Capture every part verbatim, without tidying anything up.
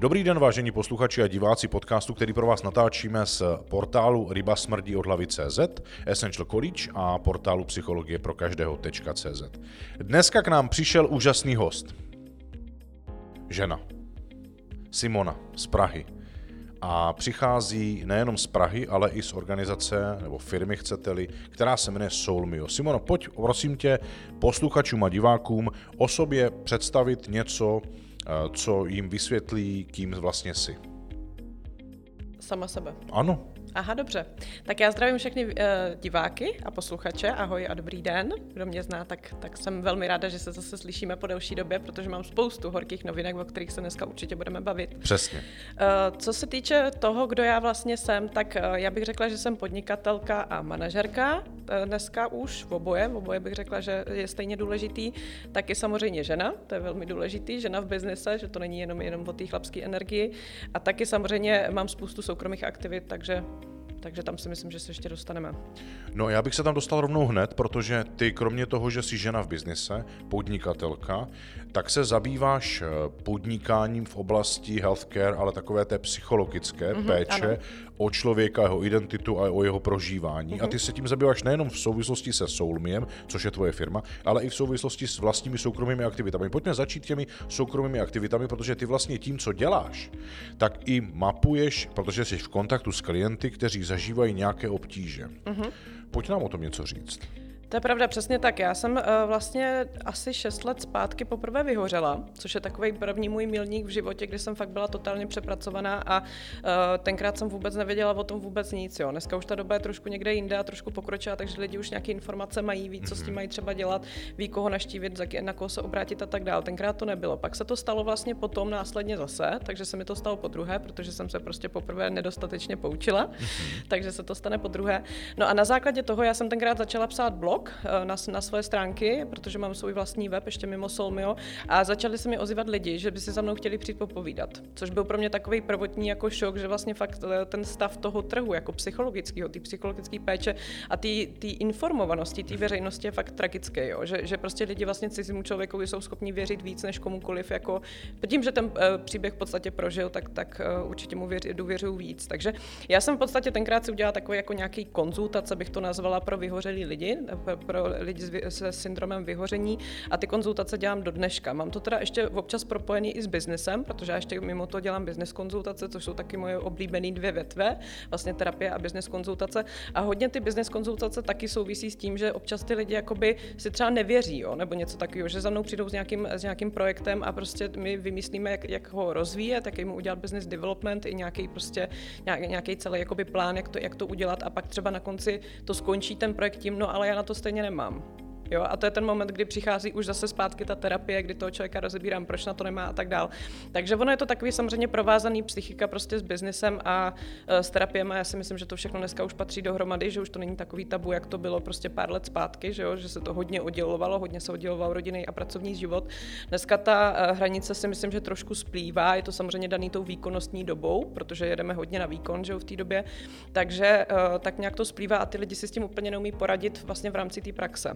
Dobrý den, vážení posluchači a diváci podcastu, který pro vás natáčíme z portálu ryba smrdí od hlavy tečka cé zet, Essential College a portálu psychologie pro každého tečka cé zet. Dneska k nám přišel úžasný host. Žena. Simona z Prahy. A přichází nejenom z Prahy, ale i z organizace, nebo firmy chcete-li, která se jmenuje Soulmio. Simono, pojď, prosím tě, posluchačům a divákům o sobě představit něco, co jim vysvětlí, kým vlastně jsi. Sama sebe. Ano. Aha, dobře. Tak já zdravím všechny uh, diváky a posluchače. Ahoj a dobrý den. Kdo mě zná, tak, tak jsem velmi ráda, že se zase slyšíme po delší době, protože mám spoustu horkých novinek, o kterých se dneska určitě budeme bavit. Přesně. Uh, co se týče toho, kdo já vlastně jsem, tak uh, já bych řekla, že jsem podnikatelka a manažerka. Uh, dneska už v oboje, v oboje bych řekla, že je stejně důležitý. Taky samozřejmě žena, to je velmi důležitý, žena v biznise, že to není jenom, jenom o té chlapské energii. A taky samozřejmě mám spoustu soukromých aktivit, takže Takže tam si myslím, že se ještě dostaneme. No, já bych se tam dostal rovnou hned, protože ty kromě toho, že jsi žena v biznise, podnikatelka, tak se zabýváš podnikáním v oblasti healthcare, ale takové té psychologické mm-hmm, péče ano. o člověka, jeho identitu a o jeho prožívání. Mm-hmm. A ty se tím zabýváš nejenom v souvislosti se Soulmiem, což je tvoje firma, ale i v souvislosti s vlastními soukromými aktivitami. Pojďme začít těmi soukromými aktivitami, protože ty vlastně tím, co děláš, tak i mapuješ, protože jsi v kontaktu s klienty, kteří zažívají nějaké obtíže. Mm-hmm. Pojď nám o tom něco říct. To je pravda, přesně tak. Já jsem uh, vlastně asi šest let zpátky poprvé vyhořela, což je takový první můj milník v životě, kdy jsem fakt byla totálně přepracovaná a uh, tenkrát jsem vůbec nevěděla o tom vůbec nic. Jo. Dneska už ta doba je trošku někde jinde a trošku pokročila, takže lidi už nějaké informace mají, ví, co s tím mají třeba dělat, ví, koho naštívit, na koho se obrátit a tak dál. Tenkrát to nebylo. Pak se to stalo vlastně potom následně zase, takže se mi to stalo po druhé, protože jsem se prostě poprvé nedostatečně poučila, takže se to stane po druhé. No a na základě toho já jsem tenkrát začala psát blog Na, na svoje stránky, protože mám svůj vlastní web ještě mimo Soulmio a začali se mi ozývat lidi, že by si za mnou chtěli přijít popovídat, což byl pro mě takový prvotní jako šok, že vlastně fakt ten stav toho trhu jako psychologického, té psychologické péče a té informovanosti, té veřejnosti je fakt tragické, jo? Že, že prostě lidi vlastně cizímu člověku jsou schopni věřit víc než komukoliv, jako tím, že ten uh, příběh v podstatě prožil, tak, tak uh, určitě mu věři, důvěřuju víc. Takže já jsem v podstatě tenkrát si udělala takový jako nějaký konzultace, bych to nazvala, pro vyhořelý lidi, pro lidi se syndromem vyhoření a ty konzultace dělám do dneška. Mám to teda ještě občas propojený i s biznesem, protože já ještě mimo to dělám business konzultace, což jsou taky moje oblíbené dvě větve, vlastně terapie a business konzultace. A hodně ty business konzultace taky souvisí s tím, že občas ty lidi jakoby si třeba nevěří, jo, nebo něco takového, že za mnou přijdou s nějakým, s nějakým projektem a prostě my vymyslíme, jak, jak ho rozvíjet, jak jim udělat business development i nějaký prostě nějaký celý jakoby plán, jak to, jak to udělat a pak třeba na konci to skončí ten projekt tím, no ale já na to stejně nemám. Jo, a to je ten moment, kdy přichází už zase zpátky ta terapie, kdy toho člověka rozebírám, proč na to nemá a tak dál. Takže ono je to takový samozřejmě provázaný psychika prostě s biznesem a e, s terapiemi. Já si myslím, že to všechno dneska už patří dohromady, že už to není takový tabu, jak to bylo prostě pár let zpátky, že, jo, že se to hodně oddělovalo, hodně se odděloval rodinný a pracovní život. Dneska ta e, hranice si myslím, že trošku splývá, je to samozřejmě daný tou výkonnostní dobou, protože jedeme hodně na výkon, že jo, v té době. Takže e, tak nějak to splývá a ty lidi si s tím úplně neumí poradit vlastně v rámci té praxe.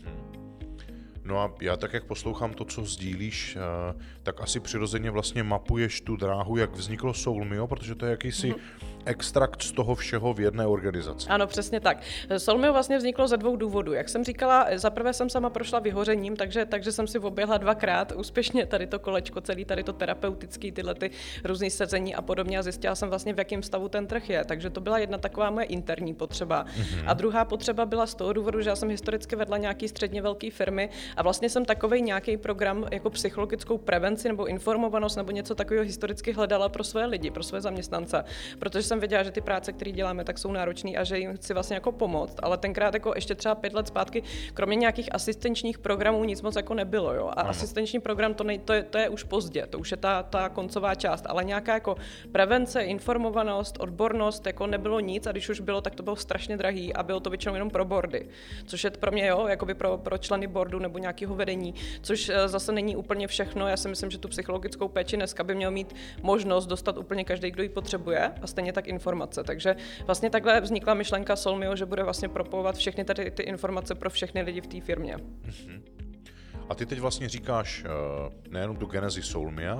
No a já tak, jak poslouchám to, co sdílíš, tak asi přirozeně vlastně mapuješ tu dráhu, jak vzniklo Soulmio, protože to je jakýsi mm-hmm. extrakt z toho všeho v jedné organizaci. Ano, přesně tak. Soulmio vlastně vzniklo ze dvou důvodů. Jak jsem říkala, zaprvé jsem sama prošla vyhořením, takže, takže jsem si oběhla dvakrát úspěšně tady to kolečko, celý tady to terapeutický, tyhle ty různý sezení a podobně a zjistila jsem vlastně, v jakém stavu ten trh je. Takže to byla jedna taková moje interní potřeba. Mm-hmm. A druhá potřeba byla z toho důvodu, že já jsem historicky vedla nějaký středně velké firmy a vlastně jsem takovej nějaký program jako psychologickou prevenci nebo informovanost nebo něco takového historicky hledala pro své lidi, pro své zaměstnance, protože jsem věděla, že ty práce, které děláme, tak jsou náročné a že jim chci vlastně jako pomoct, ale tenkrát jako ještě třeba pět let zpátky, kromě nějakých asistenčních programů nic moc jako nebylo, jo. A Aha. asistenční program to, nej, to, je, to je už pozdě, to už je ta, ta koncová část, ale nějaká jako prevence, informovanost, odbornost, jako nebylo nic a když už bylo, tak to bylo strašně drahý a bylo to většinou jenom pro boardy, což je pro mě, jo, jakoby pro, pro členy boardu nebo nějakého vedení, což zase není úplně všechno. Já si myslím, že tu psychologickou péči dneska by měl mít možnost dostat úplně každý, kdo ji potřebuje a stejně tak informace. Takže vlastně takhle vznikla myšlenka Soulmio, že bude vlastně propojovat všechny tady ty informace pro všechny lidi v té firmě. A ty teď vlastně říkáš nejenom tu genezi Soulmia,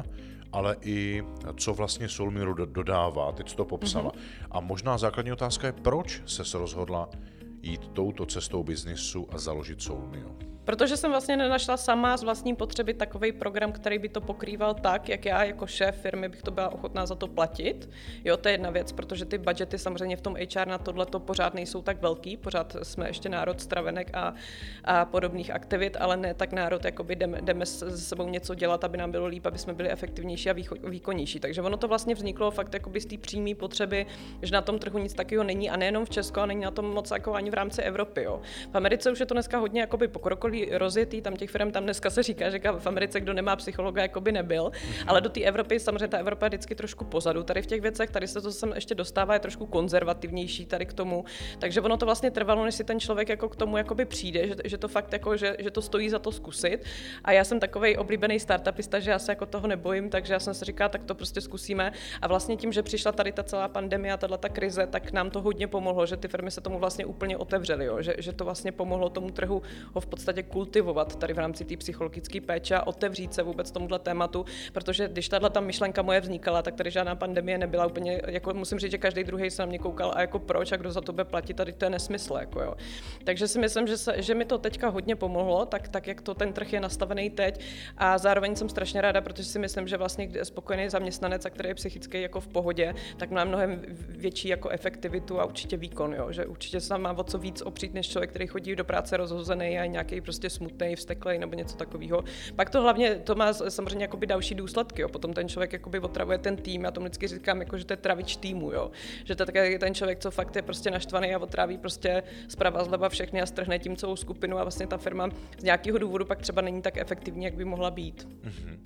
ale i co vlastně Soulmiro dodává, teď jsi to popsala. Mm-hmm. A možná základní otázka je, proč ses rozhodla jít touto cestou biznisu a založit Soulmio? Protože jsem vlastně nenašla sama z vlastní potřeby takový program, který by to pokrýval tak, jak já jako šéf firmy bych to byla ochotná za to platit. Jo, to je jedna věc, protože ty budgety samozřejmě v tom H R na tohleto pořád nejsou tak velký, pořád jsme ještě národ stravenek a, a podobných aktivit, ale ne tak národ, jakoby jdeme, jdeme s sebou něco dělat, aby nám bylo líp, aby jsme byli efektivnější a výkonnější. Takže ono to vlastně vzniklo fakt jakoby z té přímé potřeby, že na tom trhu nic takového není a nejenom v Česku, a není na tom moc jako ani v rámci Evropy. Jo. V Americe už je to dneska hodně jakoby pokrokový, rozjetý, tam těch firm tam dneska se říká, že v Americe kdo nemá psychologa, jako by nebyl, mm-hmm. ale do té Evropy samozřejmě ta Evropa je vždycky trošku pozadu tady v těch věcech, tady se to sem ještě dostává, je trošku konzervativnější tady k tomu, takže ono to vlastně trvalo, než si ten člověk jako k tomu jakoby přijde, že, že to fakt jako, že, že to stojí za to zkusit a já jsem takovej oblíbený startupista, že já se jako toho nebojím, takže já jsem si říkala, tak to prostě zkusíme a vlastně tím, že přišla tady ta celá pandemie a tato krize, tak nám to hodně pomohlo, že ty firmy se tomu vlastně úplně otevřely, jo? Že, že to vlastně pomohlo tomu trhu ho v podstatě kultivovat tady v rámci té psychologické péče a otevřít se vůbec tomuhle tématu, protože když tahle ta myšlenka moje vznikala, tak tady žádná pandemie nebyla úplně, jako musím říct, že každý druhý se na mě koukal a jako proč a kdo za to bude platit, tady to je nesmysl, jako jo. Takže si myslím, že, se, že mi to teďka hodně pomohlo, tak, tak jak to ten trh je nastavený teď a zároveň jsem strašně ráda, protože si myslím, že vlastně spokojený zaměstnanec, a který je psychicky jako v pohodě, tak má mnohem větší jako efektivitu a určitě výkon, jo, že určitě se má o co víc opřít než člověk, který chodí do práce rozhozený a nějaký prostě smutný, vzteklej nebo něco takového. Pak to hlavně to má samozřejmě jakoby další důsledky, jo. Potom ten člověk jakoby otravuje ten tým, já tomu vždycky říkám, jako, že to je travič týmu, jo. Že to je ten člověk, co fakt je prostě naštvaný a otráví prostě zprava zleva všechny a strhne tím celou skupinu a vlastně ta firma z nějakého důvodu pak třeba není tak efektivní, jak by mohla být. Mm-hmm.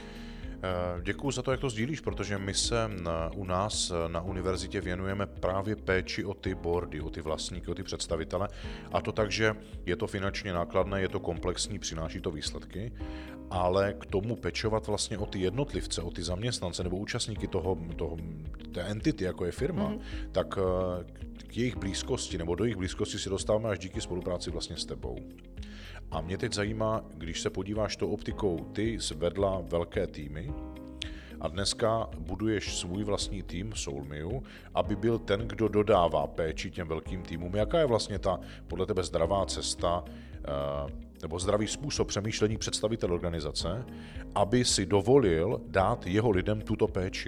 Děkuju za to, jak to sdílíš, protože my se u nás na univerzitě věnujeme právě péči o ty boardy, o ty vlastníky, o ty představitele a to tak, že je to finančně nákladné, je to komplexní, přináší to výsledky, ale k tomu pečovat vlastně o ty jednotlivce, o ty zaměstnance nebo účastníky toho, toho té entity, jako je firma, mm-hmm. tak k jejich blízkosti nebo do jejich blízkosti si dostáváme až díky spolupráci vlastně s tebou. A mě teď zajímá, když se podíváš tou optikou, ty zvedla velké týmy a dneska buduješ svůj vlastní tým Soulmio, aby byl ten, kdo dodává péči těm velkým týmům. Jaká je vlastně ta podle tebe zdravá cesta nebo zdravý způsob přemýšlení představitel organizace, aby si dovolil dát jeho lidem tuto péči?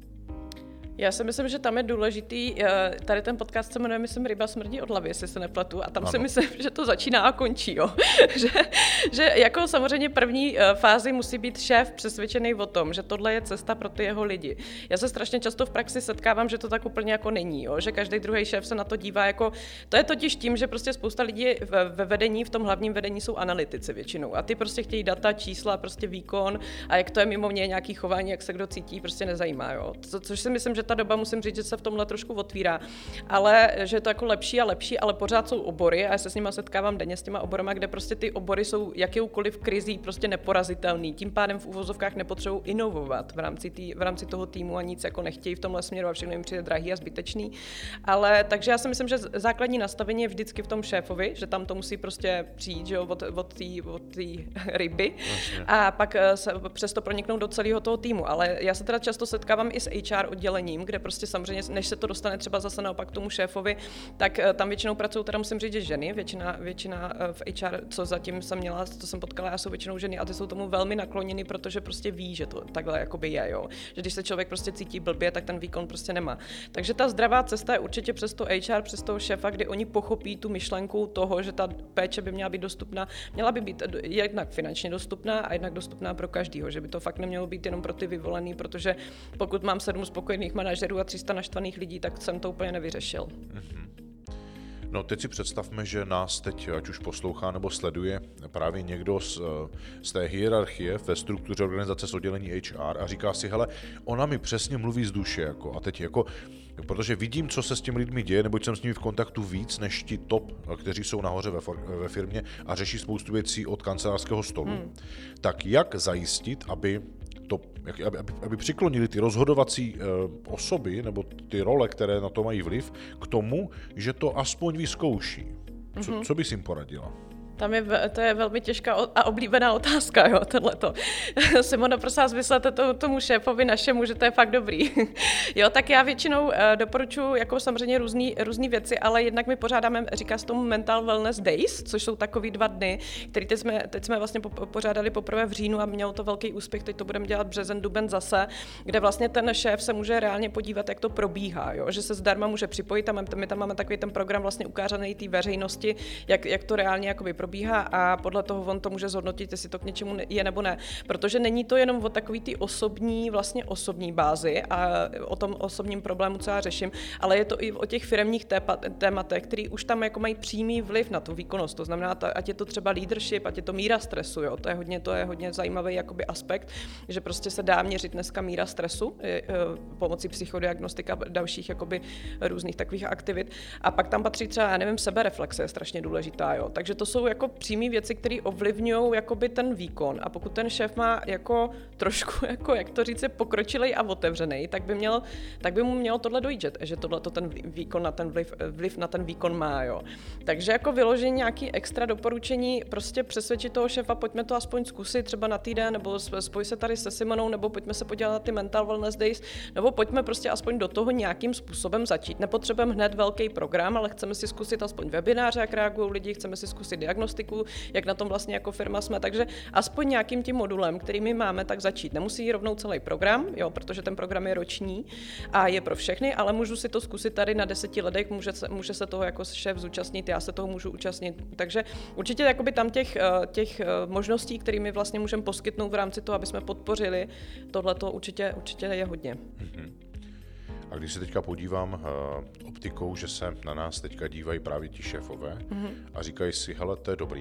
Já si myslím, že tam je důležitý, tady ten podcast se jmenuje, myslím, Ryba smrdí od hlavy, jestli se nepletu, a tam ano. Si myslím, že to začíná a končí, jo. že, že jako samozřejmě první fázi musí být šéf přesvědčený o tom, že tohle je cesta pro ty jeho lidi. Já se strašně často v praxi setkávám, že to tak úplně jako není, jo, že každý druhý šéf se na to dívá jako, to je totiž tím, že prostě spousta lidí ve vedení, v tom hlavním vedení jsou analytici většinou a ty prostě chtějí data, čísla, prostě výkon a jak to je mimo mě nějaký chování, jak se kdo cítí, prostě nezajímá, jo. Co, což si myslím, že ta doba, musím říct, že se v tomhle trošku otvírá, ale že je to jako lepší a lepší, ale pořád jsou obory a já se s nima setkávám denně s těma oborama, kde prostě ty obory jsou jakoukoliv krizí prostě neporazitelný. Tím pádem v uvozovkách nepotřebují inovovat v rámci, tý, v rámci toho týmu a nic jako nechtějí v tomhle směru a všechno jim přijde drahý a zbytečný. Ale takže já si myslím, že základní nastavení je vždycky v tom šéfovi, že tam to musí prostě přijít, že jo, od, od té od ryby vlastně. A pak se přesto proniknout do celého toho týmu. Ale já se teda často setkávám i s H R oddělením, kde prostě samozřejmě, než se to dostane třeba zase naopak k tomu šéfovi, tak tam většinou pracují, teda musím říct, že ženy, většina, většina v H R, co zatím jsem měla, co jsem potkala, já jsou většinou ženy a ty jsou tomu velmi nakloněny, protože prostě ví, že to takhle jakoby je, jo. Že když se člověk prostě cítí blbě, tak ten výkon prostě nemá. Takže ta zdravá cesta je určitě přes to H R, přes toho šéfa, kdy oni pochopí tu myšlenku toho, že ta péče by měla být dostupná, měla by být jednak finančně dostupná a jednak dostupná pro každýho, že by to fakt nemělo být jenom pro ty vyvolený, protože pokud mám sedm spokojených manažerů a tři sta naštvaných lidí, tak jsem to úplně nevyřešil. Mm-hmm. No teď si představme, že nás teď, ať už poslouchá nebo sleduje právě někdo z, z té hierarchie ve struktuře organizace z oddělení H R a říká si, hele, ona mi přesně mluví z duše, jako, a teď jako, protože vidím, co se s těmi lidmi děje, neboť jsem s nimi v kontaktu víc než ti top, kteří jsou nahoře ve, for, ve firmě a řeší spoustu věcí od kancelářského stolu. Hmm. Tak jak zajistit, aby to, aby, aby, aby přiklonili ty rozhodovací e, osoby nebo ty role, které na to mají vliv, k tomu, že to aspoň vyzkouší. Co, mm-hmm. co bys jim poradila? Tam je, to je velmi těžká a oblíbená otázka, jo, tohleto. Simona, prosím vás, vyslete to, tomu šéfovi našemu, že to je fakt dobrý. Jo, tak já většinou uh, doporučuji jako samozřejmě různý, různý věci, ale jednak my pořádáme, říká se tomu Mental Wellness Days, což jsou takový dva dny, který teď jsme, teď jsme vlastně po, pořádali poprvé v říjnu a mělo to velký úspěch, teď to budeme dělat březen, duben zase, kde vlastně ten šéf se může reálně podívat, jak to probíhá, jo, že se zdarma může připojit a my tam máme takový ten program vlastně ukázaný té veřejnosti, jak, jak to reálně jakoby probíhá a podle toho on to může zhodnotit, jestli to k něčemu je nebo ne. Protože není to jenom o takový ty osobní, vlastně osobní bázi a o tom osobním problému, co já řeším, ale je to i o těch firemních tématech, který už tam jako mají přímý vliv na tu výkonnost. To znamená, ať je to třeba leadership, ať je to míra stresu, jo. To je hodně, to je hodně zajímavý jakoby aspekt, že prostě se dá měřit dneska míra stresu pomocí psychodiagnostika a dalších jakoby různých takových aktivit. A pak tam patří třeba, já nevím, sebereflexe je strašně důležitá, jo. Takže to jsou jako přímé věci, které ovlivňují jakoby ten výkon. A pokud ten šéf má jako trošku, jako, jak to říct, pokročilej a otevřený, tak by, měl, tak by mu mělo tohle dojít, že, že tohle to ten výkon na ten vliv, vliv na ten výkon má, jo. Takže jako vyložení nějaký extra doporučení, prostě přesvědčit toho šéfa, pojďme to aspoň zkusit třeba na týden, nebo spoj se tady se Simonou, nebo pojďme se podívat na ty Mental Wellness Days, nebo pojďme prostě aspoň do toho nějakým způsobem začít. Nepotřebujeme hned velký program, ale chceme si zkusit aspoň webináře, jak reagují lidi, chceme si zkusit diagnostiku, jak na tom vlastně jako firma jsme, takže aspoň nějakým tím modulem, který my máme, tak začít. Nemusí rovnou celý program, jo, protože ten program je roční a je pro všechny, ale můžu si to zkusit tady na deseti lidech, může se, může se toho jako šéf zúčastnit, já se toho můžu účastnit. Takže určitě jakoby tam těch, těch možností, kterými vlastně můžeme poskytnout v rámci toho, aby jsme podpořili tohleto, určitě, určitě je hodně. Mm-hmm. A když se teďka podívám uh, optikou, že se na nás teďka dívají právě ti šéfové mm-hmm. a říkají si, hele, to je dobrý.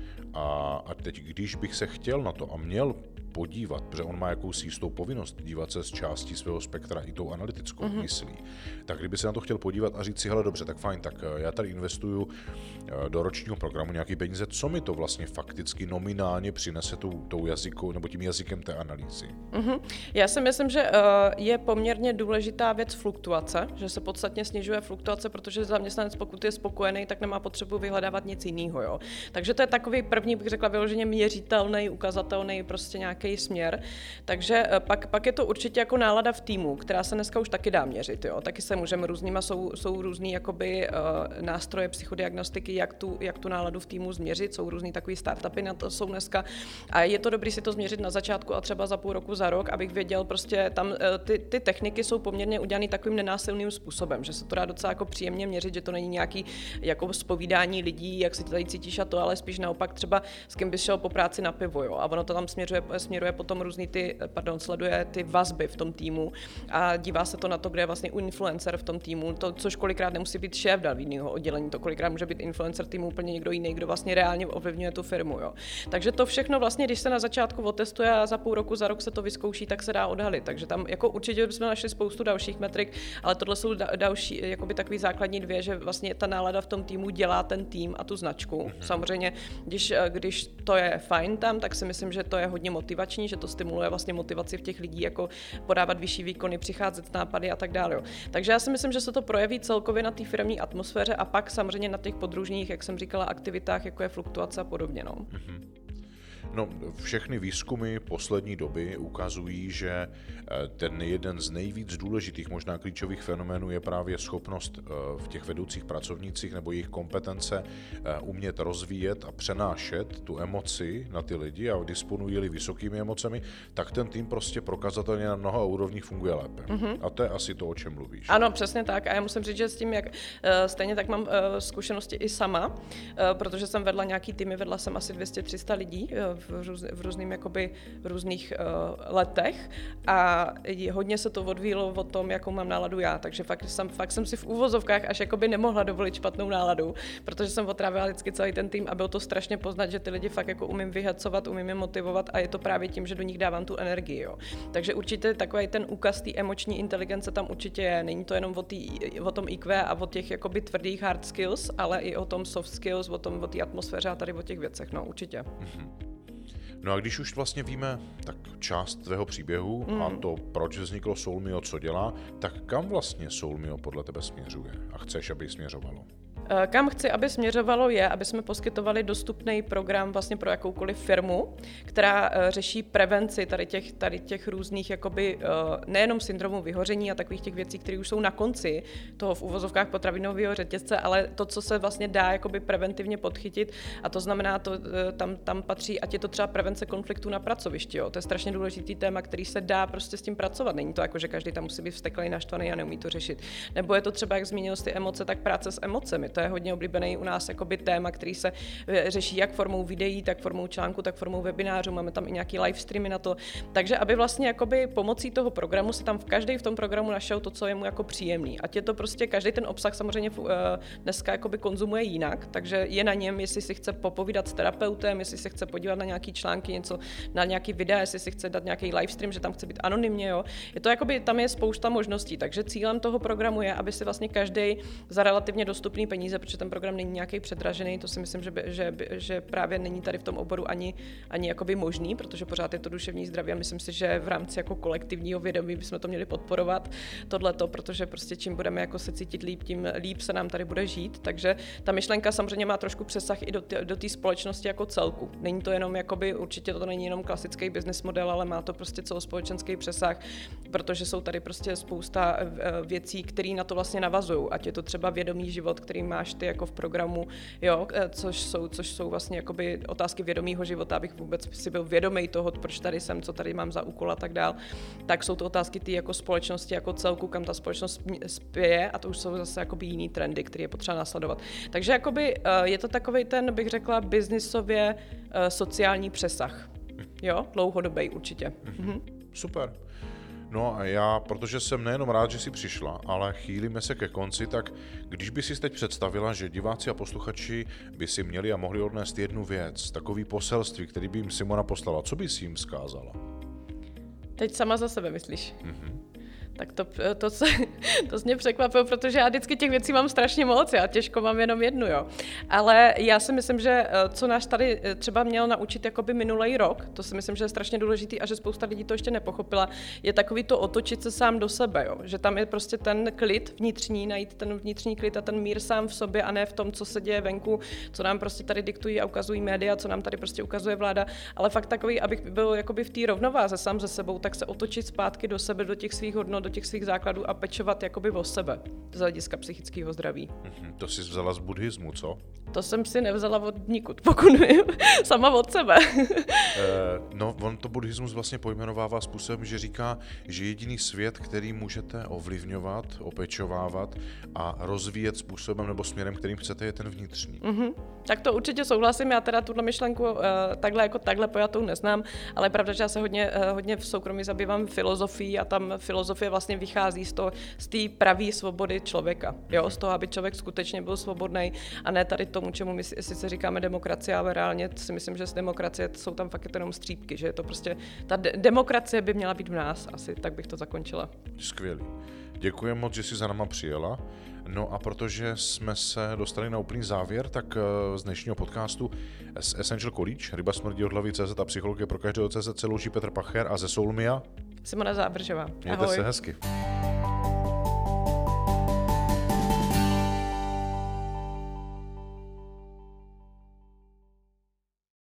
A, a teď, když bych se chtěl na to a měl podívat, protože on má jakousi jistou povinnost dívat se z části svého spektra i tou analytickou mm-hmm. myslí, tak kdyby se na to chtěl podívat a říct si, hele, dobře, tak fajn, tak já tady investuju do ročního programu nějaký peníze, co mi to vlastně fakticky nominálně přinese tou, tou jazykou nebo tím jazykem té analýzy? Mm-hmm. Já si myslím, že uh, je poměrně důležitá věc fluktuace, že se podstatně snižuje fluktuace, protože zaměstnanec, pokud je spokojený, tak nemá potřebu vyhledávat nic jiného, jo. Takže to je takový první, bych řekla, vyloženě měřitelný, ukazatelný, prostě nějaký směr. Takže pak, pak je to určitě jako nálada v týmu, která se dneska už taky dá měřit, jo. Taky se můžeme různýma, jsou, jsou různý jakoby uh, nástroje psychodiagnostiky, jak tu, jak tu náladu v týmu změřit, jsou různý takový startupy na to jsou dneska a je to dobré si to změřit na začátku a třeba za půl roku, za rok, abych věděl, prostě tam uh, ty, ty techniky jsou poměrně udělané takovým nenásilným způsobem, že se to dá docela jako příjemně měřit, že to není nějaký jako zpovídání lidí, jak si tady cítíš a to, ale spíš naopak třeba s kým bys šel po práci na pivo, jo, a ono to tam směřuje, směruje potom různý ty, pardon, sleduje ty vazby v tom týmu a dívá se to na to, kde je vlastně influencer v tom týmu, to, což kolikrát nemusí být šéf daného oddělení, to kolikrát může být influencer týmu úplně někdo jiný, kdo vlastně reálně ovlivňuje tu firmu, jo. Takže to všechno vlastně, když se na začátku otestuje a za půl roku, za rok se to vyzkouší, tak se dá odhalit. Takže tam jako určitě bychom našli spoustu dalších metrik, ale tohle jsou da- další, jakoby takový základní dvě, že vlastně ta nálada v tom týmu dělá ten tým a tu značku. Mm-hmm. Samozřejmě, když, když to je fajn tam, tak si myslím, že to je hodně motivační, že to stimuluje vlastně motivaci v těch lidí, jako podávat vyšší výkony, přicházet s nápady a tak dále. Jo. Takže já si myslím, že se to projeví celkově na té firemní atmosféře a pak samozřejmě na těch podružních, jak jsem říkala, aktivitách, jako je fluktuace a podobně. No. Mm-hmm. No, všechny výzkumy poslední doby ukazují, že ten jeden z nejvíc důležitých, možná klíčových fenoménů je právě schopnost v těch vedoucích pracovnících nebo jejich kompetence umět rozvíjet a přenášet tu emoci na ty lidi a disponují-li vysokými emocemi, tak ten tým prostě prokazatelně na mnoha úrovních funguje lépe. Mm-hmm. A to je asi to, o čem mluvíš. Ano, přesně tak. A já musím říct, že s tím, jak stejně tak mám zkušenosti i sama, protože jsem vedla nějaký týmy, vedla jsem asi dvě stě tři sta lidí v, růz, v, různým, jakoby, v různých uh, letech a hodně se to odvíjelo o tom, jakou mám náladu já, takže fakt jsem, fakt jsem si v úvozovkách až jakoby nemohla dovolit špatnou náladu, protože jsem otrávila vždycky celý ten tým a bylo to strašně poznat, že ty lidi fakt jako umím vyhecovat, umím je motivovat a je to právě tím, že do nich dávám tu energii. Jo. Takže určitě takový ten úkaz té emoční inteligence tam určitě je. Není to jenom o, tý, o tom í kvé a o těch jakoby tvrdých hard skills, ale i o tom soft skills, o tom o té atmosféře a tady o těch věcech, no určitě. Mm-hmm. No a když už vlastně víme tak část tvého příběhu mm. a to, proč vzniklo Soulmio, co dělá, tak kam vlastně Soulmio podle tebe směřuje a chceš, aby směřovalo? Kam chci, aby směřovalo, je, aby jsme poskytovali dostupný program vlastně pro jakoukoliv firmu, která řeší prevenci tady těch, tady těch různých jakoby, nejenom syndromu vyhoření a takových těch věcí, které už jsou na konci toho v uvozovkách potravinového řetězce, ale to, co se vlastně dá jakoby preventivně podchytit, a to znamená, to, tam, tam patří, ať je to třeba prevence konfliktů na pracovišti. Jo. To je strašně důležitý téma, který se dá prostě s tím pracovat. Není to jako, že každý tam musí být vzteklý, naštvaný a neumí to řešit. Nebo je to třeba, jak zmínil jsi ty emoce, tak práce s emocemi. To je hodně oblíbený u nás jakoby téma, který se řeší jak formou videí, tak formou článku, tak formou webinářů. Máme tam i nějaký live streamy na to. Takže aby vlastně jakoby pomocí toho programu se tam v každý v tom programu našel to, co je mu jako příjemný. Ať je to prostě každý ten obsah samozřejmě dneska jakoby konzumuje jinak, takže je na něm, jestli si chce popovídat s terapeutem, jestli se chce podívat na nějaký články, něco na nějaký videa, jestli si chce dát nějaký live stream, že tam chce být anonymně, jo. Je to jakoby, tam je spousta možností, takže cílem toho programu je, aby si vlastně každý za relativně dostupný peníze, protože ten program není nějaký předražený, to si myslím, že, by, že, by, že právě není tady v tom oboru ani, ani jakoby možný, protože pořád je to duševní zdraví a myslím si, že v rámci jako kolektivního vědomí bychom to měli podporovat tohleto, protože prostě čím budeme jako se cítit líp, tím líp se nám tady bude žít, takže ta myšlenka samozřejmě má trošku přesah i do té do té společnosti jako celku. Není to jenom jakoby, určitě to není jenom klasický business model, ale má to prostě celospolečenský přesah, protože jsou tady prostě spousta věcí, které na to vlastně navazují, ať je to třeba vědomý život, který máš ty jako v programu, jo, což jsou, což jsou vlastně jakoby otázky vědomého života, abych vůbec si byl vědomý toho, proč tady jsem, co tady mám za úkol a tak dál. Tak jsou to otázky ty jako společnosti, jako celku, kam ta společnost spěje a to už jsou zase jakoby jiný trendy, které je potřeba následovat. Takže jakoby je to takovej ten, bych řekla, biznisově sociální přesah. Jo, dlouhodobý určitě. Mhm. Super. No a já, protože jsem nejenom rád, že jsi přišla, ale chýlíme se ke konci, tak když by si teď představila, že diváci a posluchači by si měli a mohli odnést jednu věc, takový poselství, který by jim Simona poslala, co by si jim vzkázala? Teď sama za sebe myslíš? Mhm. Tak to, to, se, to mě překvapilo, protože já vždycky těch věcí mám strašně moc, já těžko mám jenom jednu, jo. Ale já si myslím, že co nás tady třeba měl naučit jakoby minulý rok, to si myslím, že je strašně důležitý a že spousta lidí to ještě nepochopila, je takový to otočit se sám do sebe, jo. Že tam je prostě ten klid vnitřní, najít ten vnitřní klid a ten mír sám v sobě a ne v tom, co se děje venku, co nám prostě tady diktují a ukazují média, co nám tady prostě ukazuje vláda, ale fakt takový, abych byl jakoby v té rovnováze sám se sebou, tak se otočit zpátky do sebe, do těch svých hodnot, do těch svých základů a pečovat jakoby o sebe z hlediska psychického zdraví. Mm-hmm, to jsi vzala z buddhismu, co? To jsem si nevzala od nikud, pokud vím, sama od sebe. eh, no, on to buddhismus vlastně pojmenovává způsobem, že říká, že jediný svět, který můžete ovlivňovat, opečovávat a rozvíjet způsobem nebo směrem, kterým chcete, je ten vnitřní. Mm-hmm. Tak to určitě souhlasím, já teda tuhle myšlenku uh, takhle jako takhle pojatou neznám, ale je pravda, že já se hodně, uh, hodně v soukromí zabývám filozofií a tam filozofie vlastně vychází z toho, z té pravé svobody člověka, jo, z toho, aby člověk skutečně byl svobodný a ne tady tomu, čemu my sice říkáme demokracie, ale reálně si myslím, že z demokracie jsou tam fakt jenom střípky, že je to prostě, ta de- demokracie by měla být v nás, asi tak bych to zakončila. Skvělý. Děkuji moc, že jsi za náma přijela. No a protože jsme se dostali na úplný závěr, tak z dnešního podcastu z Essential College, Ryba smrdí od hlavy C Z a psychologie pro každého C Z se loučí Petr Pacher a ze Soulmia Simona Zábržová. Mějte Ahoj. se hezky.